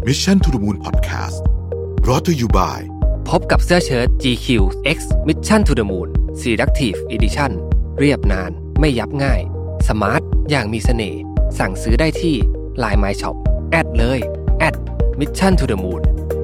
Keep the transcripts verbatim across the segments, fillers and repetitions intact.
Mission to the Moon Podcast brought to you by พบกับเสื้อเชิ้ต จี คิว X Mission to the Moon Selective Edition เรียบนานไม่ยับง่ายสมาร์ทอย่างมีเสน่ห์สั่งซื้อได้ที่ ไลน์ My Shop แอดเลย แอด Mission to the Moon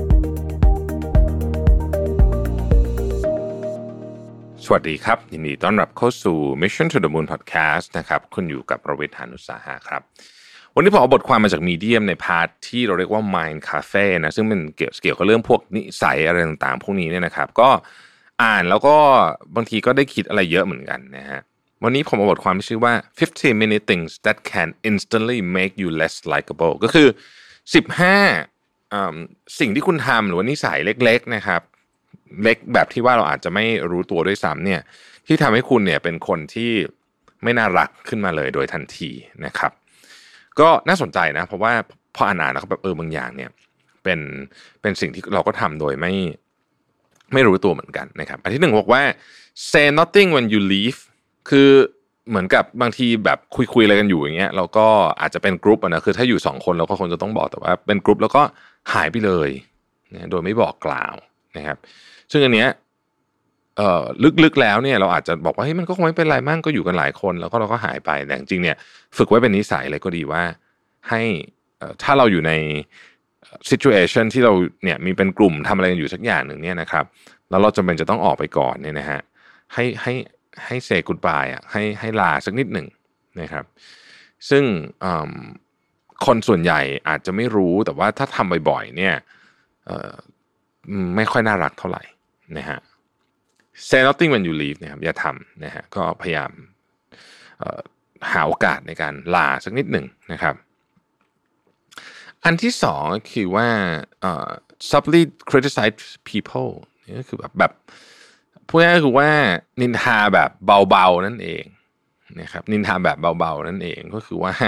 สวัสดีครับยินดีต้อนรับเข้าสู่ Mission to the Moon Podcast นะครับคุณอยู่กับประวิตร หาญอุตสาหะครับวันนี้ผมเอาบทความมาจาก Medium ในพาร์ทที่เราเรียกว่า Mind Cafe นะซึ่งเป็นเกี่ยวเกี่ยวกับเรื่องพวกนิสัยอะไรต่างๆพวกนี้เนี่ยนะครับก็อ่านแล้วก็บางทีก็ได้คิดอะไรเยอะเหมือนกันนะฮะวันนี้ผมเอาบทความที่ชื่อว่า fifteen minute things that can instantly make you less likable ก็คือสิบห้าอ่าสิ่งที่คุณทำหรือว่านิสัยเล็กๆนะครับเล็กแบบที่ว่าเราอาจจะไม่รู้ตัวด้วยซ้ำเนี่ยที่ทำให้คุณเนี่ยเป็นคนที่ไม่น่ารักขึ้นมาเลยโดยทันทีนะครับก็น่าสนใจนะเพราะว่าพออ่านๆแล้วแบบเออบางอย่างเนี่ยเป็นเป็นสิ่งที่เราก็ทำโดยไม่ไม่รู้ตัวเหมือนกันนะครับอันที่หนึ่งบอกว่า say nothing when you leave คือเหมือนกับบางทีแบบคุยๆอะไรกันอยู่อย่างเงี้ยเราก็อาจจะเป็นกรุ๊ปนะคือถ้าอยู่สองคนเราก็คงจะต้องบอกแต่ว่าเป็นกรุ๊ปแล้วก็หายไปเลยนะโดยไม่บอกกล่าวนะครับซึ่งอันเนี้ยเอ่อลึกๆแล้วเนี่ยเราอาจจะบอกว่าเฮ้ยมันก็คงไม่เป็นไรมั่งก็อยู่กันหลายคนแล้วก็เราก็หายไปแต่จริงๆเนี่ยฝึกไว้เป็นนิสัยเลยก็ดีว่าให้เอ่อถ้าเราอยู่ใน situation ที่เราเนี่ยมีเป็นกลุ่มทำอะไรกันอยู่สักอย่างหนึ่งเนี่ยนะครับแล้วเราจำเป็นจะต้องออกไปก่อนเนี่ยนะฮะให้ให้ให้ say goodbye อ่ะให้ให้ลาสักนิดหนึ่งนะครับซึ่งคนส่วนใหญ่อาจจะไม่รู้แต่ว่าถ้าทำบ่อยๆเนี่ยเอ่อไม่ค่อยน่ารักเท่าไหร่นะฮะ say nothing when you leave นะครับอย่าทำนะฮะก็พยายามหาโอกาสในการลาสักนิดหนึ่งนะครับอันที่สองคือว่า uh, subtly criticize people นี่ก็คือแบบแบบพูดง่ายๆก็คือว่านินทาแบบเบาๆนั่นเองนะครับนินทาแบบเบาๆนั่นเองก็คือว่า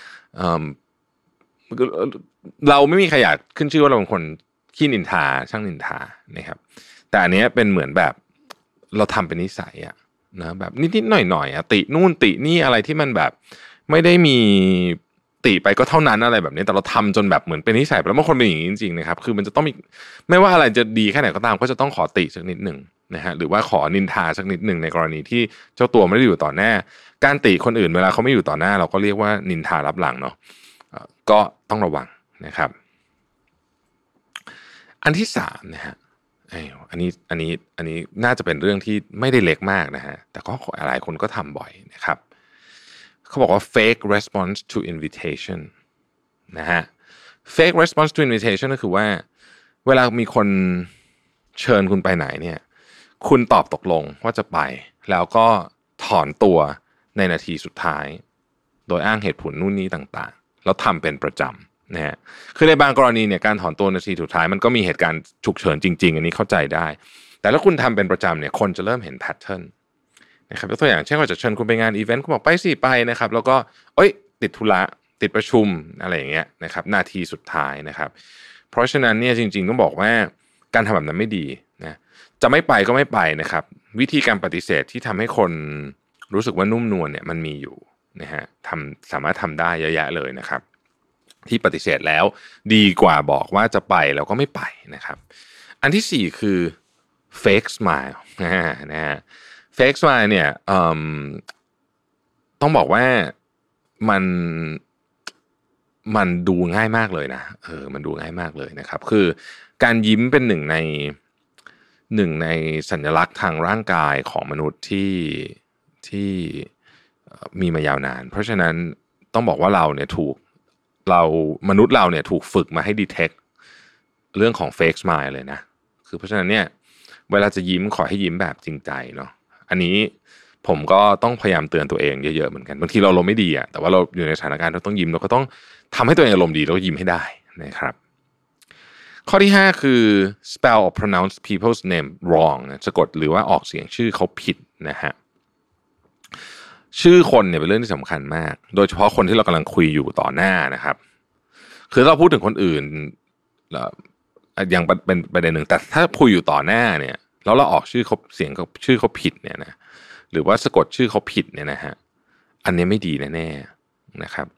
เราไม่มีใครอยากขึ้นชื่อว่าเราเป็นคนขี้นินทาช่างนินทานะครับแต่อันนี้เป็นเหมือนแบบเราทำเป็นนิสัยอะนะแบบนิดๆหน่อยๆอะตินู่นตินี่อะไรที่มันแบบไม่ได้มีติไปก็เท่านั้นอะไรแบบนี้แต่เราทำจนแบบเหมือนเป็นนิสัยแล้วบางคนเป็นอย่างนี้จริงๆนะครับคือมันจะต้องมีไม่ว่าอะไรจะดีแค่ไหนก็ตามก็จะต้องขอติสักนิดหนึ่งนะฮะหรือว่าขอนินทาสักนิดหนึ่งในกรณีที่เจ้าตัวไม่ได้อยู่ต่อหน้าการติคนอื่นเวลาเขาไม่อยู่ต่อหน้าเราก็เรียกว่านินทารับหลังเนาะก็ต้องระวังนะครับอันที่สามนะฮะอันนี้อันนี้อันนี้น่าจะเป็นเรื่องที่ไม่ได้เล็กมากนะฮะแต่ก็หลายคนก็ทำบ่อยนะครับเขาบอกว่า fake response to invitation นะฮะ fake response to invitation ก็คือว่าเวลามีคนเชิญคุณไปไหนเนี่ยคุณตอบตกลงว่าจะไปแล้วก็ถอนตัวในนาทีสุดท้ายโดยอ้างเหตุผลนู่นนี่ต่างๆแล้วทำเป็นประจำนะฮะคือในบางกรณีเนี่ยการถอนตัวนาทีสุดท้ายมันก็มีเหตุการณ์ฉุกเฉินจริงๆอันนี้เข้าใจได้แต่ถ้าคุณทำเป็นประจำเนี่ยคนจะเริ่มเห็นแพทเทิร์นนะครับยกตัวอย่างเช่นว่าจะเชิญคุณไปงานอีเวนต์คุณบอกไปสิไปนะครับแล้วก็เอ้ยติดธุระติดประชุมอะไรอย่างเงี้ยนะครับนาทีสุดท้ายนะครับเพราะฉะนั้นเนี่ยจริงๆต้องบอกว่าการทำแบบนั้นไม่ดีนะจะไม่ไปก็ไม่ไปนะครับวิธีการปฏิเสธที่ทำให้คนรู้สึกว่านุ่มนวลเนี่ยมันมีอยู่นะฮะทำสามารถทำได้เยอะแยะเลยนะครับที่ปฏิเสธแล้วดีกว่าบอกว่าจะไปแล้วก็ไม่ไปนะครับอันที่สี่คือ fake smile นะฮะ fake smile เนี่ยต้องบอกว่ามันมันดูง่ายมากเลยนะเออมันดูง่ายมากเลยนะครับคือการยิ้มเป็นหนึ่งในหนึ่งในสัญลักษณ์ทางร่างกายของมนุษย์ที่ที่มีมายาวนานเพราะฉะนั้นต้องบอกว่าเราเนี่ยถูกเรามนุษย์เราเนี่ยถูกฝึกมาให้ detect เรื่องของ fake smile เลยนะคือเพราะฉะนั้นเนี่ยเวลาจะยิ้มขอให้ยิ้มแบบจริงใจเนาะอันนี้ผมก็ต้องพยายามเตือนตัวเองเยอะๆเหมือนกันบางทีเราอารมณ์ไม่ดีอะแต่ว่าเราอยู่ในสถานการณ์เราต้องยิ้มเราก็ต้องทำให้ตัวเองอารมณ์ดีแล้วก็ยิ้มให้ได้นะครับข้อที่ห้าคือ spell or pronounce people's name wrong สะกดหรือว่าออกเสียงชื่อเขาผิดนะฮะชื่อคนเนี่ยเป็นเรื่องที่สำคัญมากโดยเฉพาะคนที่เรากำลังคุยอยู่ต่อหน้านะครับคือเราพูดถึงคนอื่นยังเป็นประเด็นหนึ่งแต่ถ้าคุยอยู่ต่อหน้าเนี่ยแล้วเราออกชื่อเขาเสียงเขาชื่อเขาผิดเนี่ยนะหรือว่าสะกดชื่อเขาผิดเนี่ยนะฮะอันนี้ไม่ดีแน่ๆนะครับ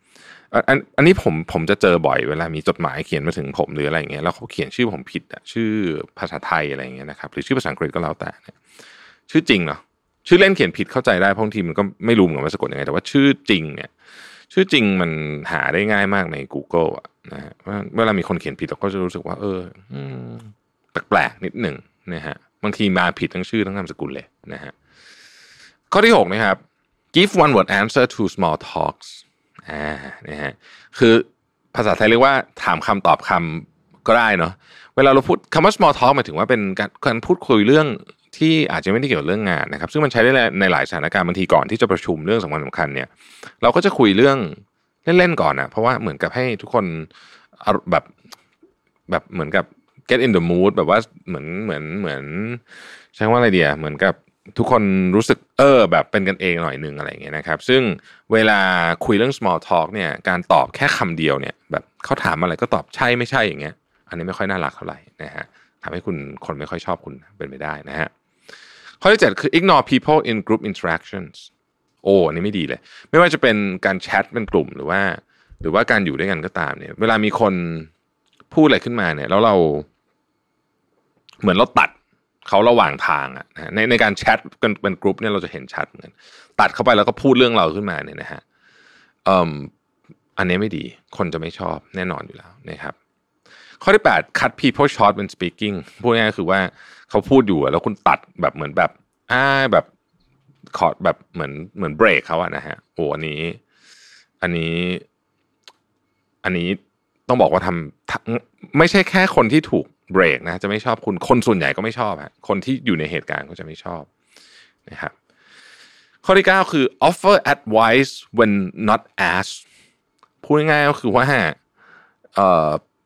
อันอันนี้ผมผมจะเจอบ่อยเวลามีจดหมายเขียนมาถึงผมหรืออะไรอย่างเงี้ยแล้วเขาเขียนชื่อผมผิดอ่ะชื่อภาษาไทยอะไรอย่างเงี้ยนะครับหรือชื่อภาษาอังกฤษก็แล้วแต่เนี่ยชื่อจริงเนาะชื่อเล่นเขียนผิดเข้าใจได้เพราะบางทีมันก็ไม่รู้เหมือนกันว่าสะกดยังไงแต่ว่าชื่อจริงเนี่ยชื่อจริงมันหาได้ง่ายมากใน Google อ่ะนะฮะเวลามีคนเขียนผิดเราก็จะรู้สึกว่าเออแปลกๆนิดหนึ่งนะฮะบางทีมาผิดทั้งชื่อทั้งนามสกุลเลยนะฮะข้อที่หกนะครับ give one word answer to small talks อ่านะฮะคือภาษาไทยเรียกว่าถามคำตอบคำก็ได้เนาะเวลาเราพูดคำว่า small talk หมายถึงว่าเป็นการการพูดคุยเรื่องที่อาจจะไม่ได้เกี่ยวกับเรื่องงานนะครับซึ่งมันใช้ได้ในหลายสถานการณ์บางทีก่อนที่จะประชุมเรื่องสำคัญสำคัญเนี่ยเราก็จะคุยเรื่องเล่นๆก่อนนะเพราะว่าเหมือนกับให้ทุกคนแบบแบบเหมือนกับ get in the mood แบบว่าเหมือนเหมือนเหมือนใช้ว่าอะไรเดียเหมือนกับทุกคนรู้สึกเออแบบเป็นกันเองหน่อยนึงอะไรอย่างเงี้ยนะครับซึ่งเวลาคุยเรื่อง small talk เนี่ยการตอบแค่คำเดียวเนี่ยแบบเขาถามอะไรก็ตอบใช่ไม่ใช่อย่างเงี้ยอันนี้ไม่ค่อยน่ารักเท่าไหร่นะฮะทำให้คุณคนไม่ค่อยชอบคุณเป็นไปได้นะฮะข้อที่เจ็ดคือ ignore people in group interactions โอ้อันนี้ไม่ดีเลยไม่ว่าจะเป็นการแชทเป็นกลุ่มหรือว่าหรือว่าการอยู่ด้วยกันก็ตามเนี่ยเวลามีคนพูดอะไรขึ้นมาเนี่ยแล้วเราเหมือนเราตัดเขาระหว่างทางอ่ะในในการแชทเป็นเป็นกลุ่มเนี่ยเราจะเห็นชัดเหมือนกันตัดเข้าไปแล้วก็พูดเรื่องเราขึ้นมาเนี่ยนะฮะเอ่ออันนี้ไม่ดีคนจะไม่ชอบแน่นอนอยู่แล้วนะครับข้อที่แปด cut people short when speaking พูดง่ายๆคือว่าเขาพูดอยู่แล้วคุณตัดแบบเหมือนแบบอ่าแบบขอแบบเหมือนเหมือนเบรกเขาอะนะฮะโอ้อันนี้อันนี้อันนี้ต้องบอกว่าทำไม่ใช่แค่คนที่ถูกเบรกนะจะไม่ชอบคุณคนส่วนใหญ่ก็ไม่ชอบฮะคนที่อยู่ในเหตุการณ์ก็จะไม่ชอบนะครับข้อที่เก้าคือ offer advice when not asked พูดง่ายๆก็คือว่าเอ่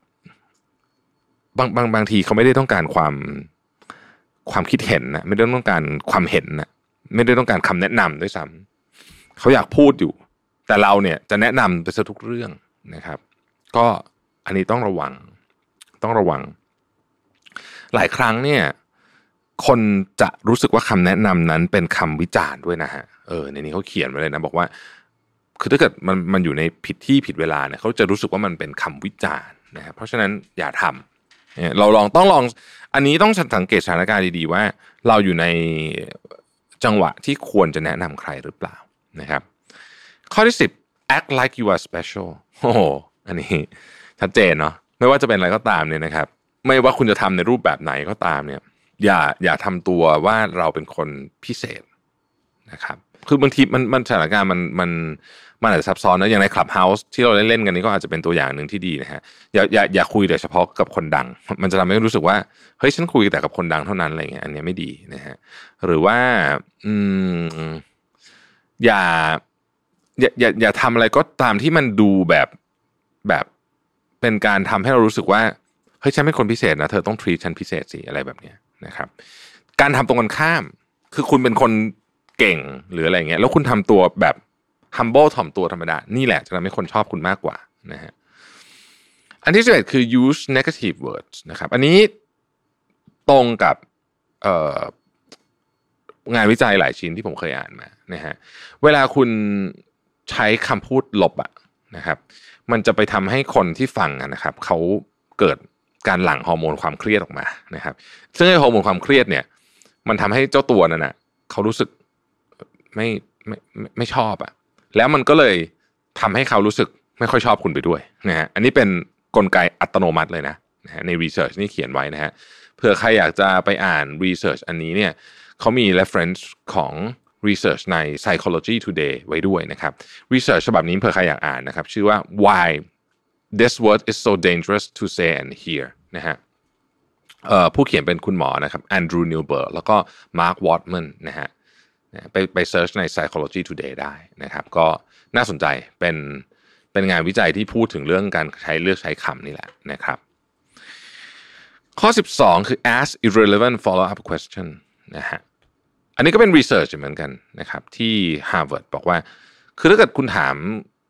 อบางบางบางทีเขาไม่ได้ต้องการความความคิดเห็นนะไม่ได้ต้องการความเห็นนะไม่ได้ต้องการคำแนะนำด้วยซ้ำเขาอยากพูดอยู่แต่เราเนี่ยจะแนะนำไปซะทุกเรื่องนะครับก็อันนี้ต้องระวังต้องระวังหลายครั้งเนี่ยคนจะรู้สึกว่าคำแนะนำนั้นเป็นคำวิจารณ์ด้วยนะฮะเออในนี้เขาเขียนไว้เลยนะบอกว่าคือถ้าเกิดมันมันอยู่ในผิดที่ผิดเวลาเนี่ยเขาจะรู้สึกว่ามันเป็นคำวิจารณ์นะครับเพราะฉะนั้นอย่าทำเนี่ยเราลองต้องลองอันนี้ต้องสังเกตสถานการณ์ดีๆว่าเราอยู่ในจังหวะที่ควรจะแนะนำใครหรือเปล่านะครับข้อที่สิบ act like you are special โอ้โหอันนี้ชัดเจนเนาะไม่ว่าจะเป็นอะไรก็ตามเนี่ยนะครับไม่ว่าคุณจะทำในรูปแบบไหนก็ตามเนี่ยอย่าอย่าทำตัวว่าเราเป็นคนพิเศษนะครับคือบางทีมันมันสถานการณ์มันมันมันอาจจะซับซ้อนนะอย่างใน Clubhouse ที่เราเล่นๆกันนี้ก็อาจจะเป็นตัวอย่างหนึ่งที่ดีนะฮะอย่าอย่าอย่าคุยแต่เฉพาะกับคนดังมันจะทำให้รู้สึกว่าเฮ้ยฉันคุยแต่กับคนดังเท่านั้นอะไรเงี้ยอันนี้ไม่ดีนะฮะหรือว่าอืมอย่าอย่าอย่าอย่าทำอะไรก็ตามที่มันดูแบบแบบเป็นการทำให้เรารู้สึกว่าเฮ้ยฉันเป็นคนพิเศษนะเธอต้อง treat ฉันพิเศษสิอะไรแบบนี้นะครับการทำตรงกันข้ามคือคุณเป็นคนเก่งหรืออะไรเงี้ยแล้วคุณทำตัวแบบ humble ถ่อมตัวธรรมดานี่แหละจะทำให้คนชอบคุณมากกว่านะฮะอันที่สิบเอ็ดคือ use negative words นะครับอันนี้ตรงกับเอ่องานวิจัยหลายชิ้นที่ผมเคยอ่านมานะฮะเวลาคุณใช้คำพูดลบอะนะครับมันจะไปทำให้คนที่ฟังนะครับเขาเกิดการหลั่งฮอร์โมนความเครียดออกมานะครับซึ่งไอ้ฮอร์โมนความเครียดเนี่ยมันทำให้เจ้าตัวนั่นนะเขารู้สึกไม่ไม่ไม่ไม่ชอบอะแล้วมันก็เลยทำให้เขารู้สึกไม่ค่อยชอบคุณไปด้วยนะฮะอันนี้เป็นกลไกอัตโนมัติเลยนะนะฮะในรีเสิร์ชนี่เขียนไว้นะฮะเผื่อใครอยากจะไปอ่านรีเสิร์ชอันนี้เนี่ยเขามี reference ของ research ใน Psychology Today ไว้ด้วยนะครับ research ฉบับนี้เผื่อใครอยากอ่านนะครับชื่อว่า why this word is so dangerous to say and hear นะฮะเอ่อผู้เขียนเป็นคุณหมอนะครับแอนดรูว์นิวเบิร์กแล้วก็มาร์ควอตแมนนะฮะไปไปเซิร์ชใน Psychology Today ได้นะครับก็น่าสนใจเป็นเป็นงานวิจัยที่พูดถึงเรื่องการใช้เลือกใช้คำนี่แหละนะครับข้อสิบสองคือ ask irrelevant follow up question นะฮะอันนี้ก็เป็น research เหมือนกันนะครับที่ Harvard บอกว่าคือถ้าเกิดคุณถาม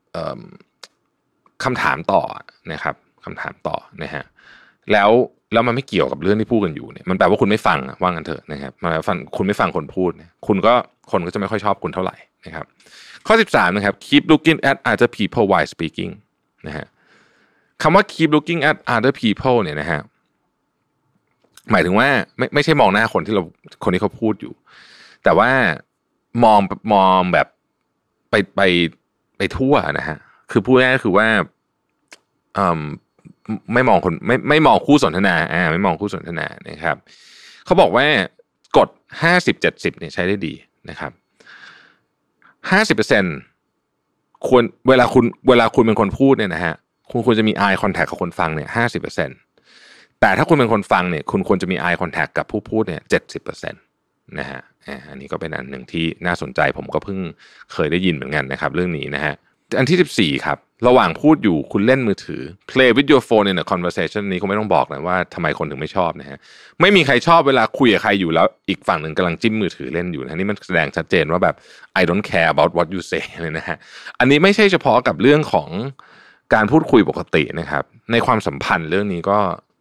คำถามต่อนะครับคำถามต่อนะฮะแล้วแล้วมันไม่เกี่ยวกับเรื่องที่พูดกันอยู่เนี่ยมันแปลว่าคุณไม่ฟังว่างั้นเถอะนะครับมันแปลว่าคุณไม่ฟังคนพูดเนี่ยคุณก็คนก็จะไม่ค่อยชอบคุณเท่าไหร่นะครับข้อสิบสามนะครับ keep looking at other people while speaking นะฮะคำว่า keep looking at other people เนี่ยนะฮะหมายถึงว่าไม่ไม่ใช่มองหน้าคนที่เราคนที่เขาพูดอยู่แต่ว่ามองมองแบบไปไปไปทั่วนะฮะคือพูดง่ายๆคือว่าอืมไม่มองคนไม่ไม่มองคู่สนทนาอ่าไม่มองคู่สนทนานะครับเขาบอกว่ากฎห้าสิบ เจ็ดสิบเนี่ยใช้ได้ดีนะครับห้าสิบเปอร์เซ็นต์ควรเวลาคุณเวลาคุณเป็นคนพูดเนี่ยนะฮะคุณควรจะมี eye contact กับคนฟังเนี่ย ห้าสิบเปอร์เซ็นต์ แต่ถ้าคุณเป็นคนฟังเนี่ยคุณควรจะมี eye contact กับผู้พูดเนี่ย เจ็ดสิบเปอร์เซ็นต์ นะฮะอันนี้ก็เป็นอันหนึ่งที่น่าสนใจผมก็เพิ่งเคยได้ยินเหมือนกันนะครับเรื่องนี้นะฮะอันที่สิบสี่ครับระหว่างพูดอยู่คุณเล่นมือถือ play with your phone in a conversation นี้คงไม่ต้องบอกนะว่าทำไมคนถึงไม่ชอบนะฮะไม่มีใครชอบเวลาคุยกับใครอยู่แล้วอีกฝั่งหนึ่งกำลังจิ้มมือถือเล่นอยู่นะนี่มันแสดงชัดเจนว่าแบบ I don't care about what you say เลยนะฮะอันนี้ไม่ใช่เฉพาะกับเรื่องของการพูดคุยปกตินะครับในความสัมพันธ์เรื่องนี้ก็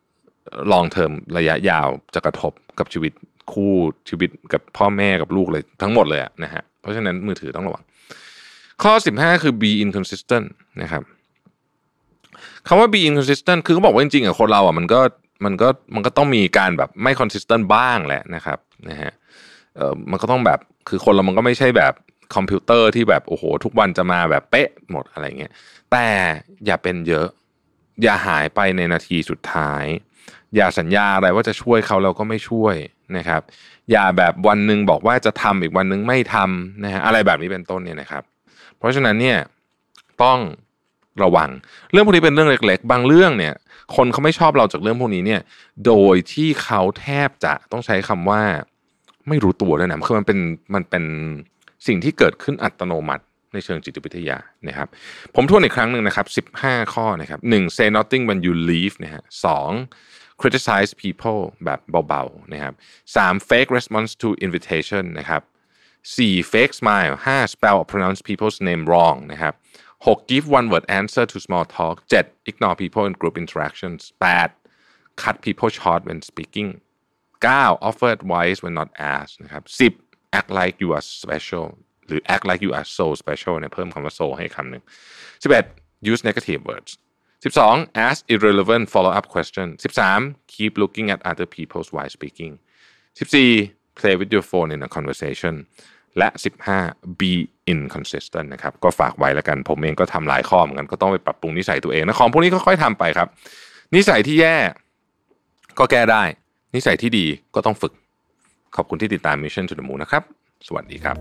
long term ระยะยาวจะกระทบกับชีวิตคู่ชีวิตกับพ่อแม่กับลูกเลยทั้งหมดเลยนะฮะเพราะฉะนั้นมือถือต้องระวังข้อสิบห้าคือ be inconsistent นะครับคำว่า be inconsistent คือเขาบอกว่าจริงๆอ่ะคนเราอ่ะมันก็มันก็มันก็ต้องมีการแบบไม่ consistent บ้างแหละนะครับนะฮะเอ่อมันก็ต้องแบบคือคนเรามันก็ไม่ใช่แบบคอมพิวเตอร์ที่แบบโอ้โหทุกวันจะมาแบบเป๊ะหมดอะไรเงี้ยแต่อย่าเป็นเยอะอย่าหายไปในนาทีสุดท้ายอย่าสัญญาอะไรว่าจะช่วยเขาเราก็ไม่ช่วยนะครับอย่าแบบวันนึงบอกว่าจะทำอีกวันนึงไม่ทำนะฮะอะไรแบบนี้เป็นต้นเนี่ยนะครับเพราะฉะนั้นเนี่ยต้องระวังเรื่องพวกนี้เป็นเรื่องเล็กๆบางเรื่องเนี่ยคนเขาไม่ชอบเราจากเรื่องพวกนี้เนี่ยโดยที่เขาแทบจะต้องใช้คำว่าไม่รู้ตัวด้วยนะคือมันเป็นมันเป็นสิ่งที่เกิดขึ้นอัตโนมัติในเชิงจิตวิทยานะครับผมทวนอีกครั้งหนึ่งนะครับสิบห้าข้อนะครับหนึ่ง say nothing when you leave นะฮะสอง criticize people แบบเบาๆนะครับสาม fake response to invitation นะครับสี่ fake smile ห้า spell or pronounce people's name wrong นะครับหก give one word answer to small talk เจ็ด ignore people in group interactions แปด cut people short when speaking เก้า offer advice when not asked นะครับสิบ act like you are special หรือ act like you are so special เนี่ยเพิ่มคำว่า so ให้คำหนึ่งสิบเอ็ด use negative wordsสิบสอง ask irrelevant follow up question สิบสาม keep looking at other people while speaking สิบสี่ play with your phone in a conversation และสิบห้า be inconsistent นะครับก็ฝากไว้แล้วกันผมเองก็ทำหลายข้อเหมือนกันก็ต้องไปปรับปรุงนิสัยตัวเองนะของพวกนี้ก็ค่อยทำไปครับนิสัยที่แย่ก็แก้ได้นิสัยที่ดีก็ต้องฝึกขอบคุณที่ติดตาม Mission to the Moon นะครับสวัสดีครับ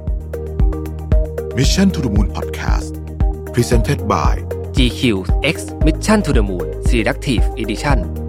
Mission to the Moon Podcast Presented by จี คิว X Mission to the Moon Selective Edition